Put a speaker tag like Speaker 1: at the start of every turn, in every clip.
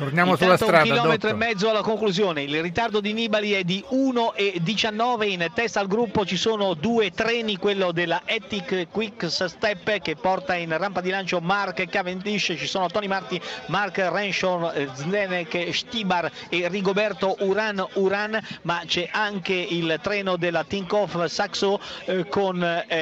Speaker 1: Torniamo sulla strada.
Speaker 2: Un chilometro e mezzo alla conclusione. Il ritardo di Nibali è di 1,19. In testa al gruppo ci sono due treni, quello della Ethic Quick Step che porta in rampa di lancio Mark Cavendish. Ci sono Tony Martin, Mark Renshaw, Zdenek Stybar e Rigoberto Uran, ma c'è anche il treno della Tinkoff Saxo con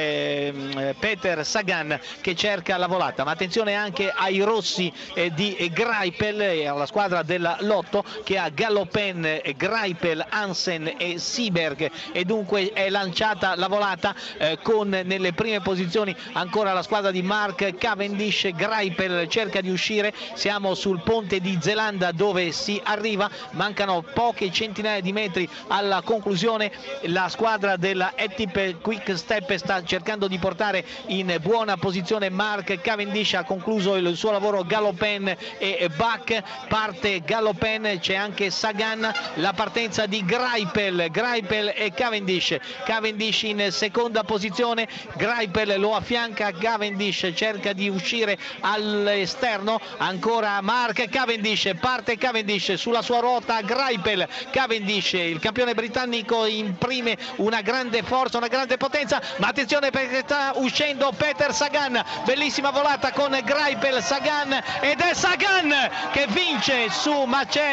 Speaker 2: Peter Sagan che cerca la volata. Ma attenzione anche ai rossi di Greipel e alla squadra della Lotto che ha Gallopen, Greipel, Hansen e Seberg, e dunque è lanciata la volata con nelle prime posizioni ancora la squadra di Mark Cavendish. Greipel cerca di uscire, siamo sul ponte di Zelanda dove si arriva, mancano poche centinaia di metri alla conclusione. La squadra della Ethic Quick Step sta cercando di portare in buona posizione Mark Cavendish, ha concluso il suo lavoro Gallopen e Bach. Parte Gallopen, c'è anche Sagan, la partenza di Greipel e Cavendish in seconda posizione. Greipel lo affianca, Cavendish cerca di uscire all'esterno, ancora Mark Cavendish, parte Cavendish sulla sua ruota Greipel. Cavendish, il campione britannico, imprime una grande forza, una grande potenza, ma attenzione perché sta uscendo Peter Sagan, bellissima volata con Greipel, Sagan, ed è Sagan che vince su, ma c'è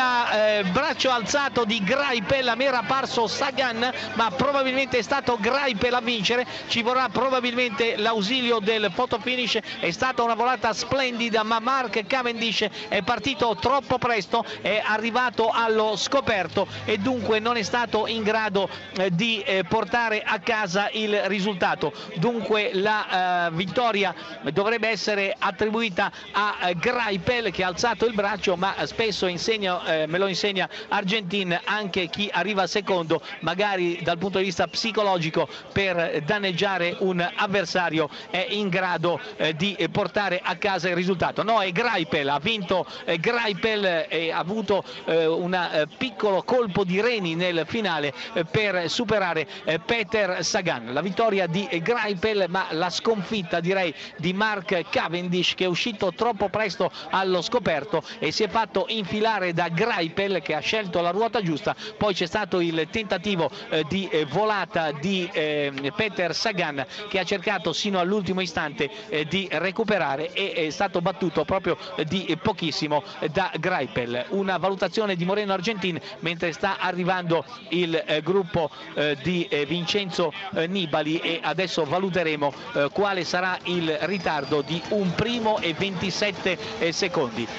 Speaker 2: il braccio alzato di Greipel. A me era parso Sagan, ma probabilmente è stato Greipel a vincere. Ci vorrà probabilmente l'ausilio del photo finish. È stata una volata splendida, ma Mark Cavendish è partito troppo presto, è arrivato allo scoperto e dunque non è stato in grado di portare a casa il risultato. Dunque la vittoria dovrebbe essere attribuita a Greipel che ha alzato il braccio, ma spesso me lo insegna Argentin, anche chi arriva secondo magari dal punto di vista psicologico per danneggiare un avversario è in grado di portare a casa il risultato. No, è Greipel, ha vinto Greipel e ha avuto un piccolo colpo di reni nel finale per superare Peter Sagan. La vittoria di Greipel, ma la sconfitta direi di Mark Cavendish che è uscito troppo presto allo scoperto e si è fatto infilare da Greipel che ha scelto la ruota giusta. Poi c'è stato il tentativo di volata di Peter Sagan che ha cercato sino all'ultimo istante di recuperare e è stato battuto proprio di pochissimo da Greipel. Una valutazione di Moreno Argentin mentre sta arrivando il gruppo di Vincenzo Nibali e adesso valuteremo quale sarà il ritardo di 1 primo e 27 secondi.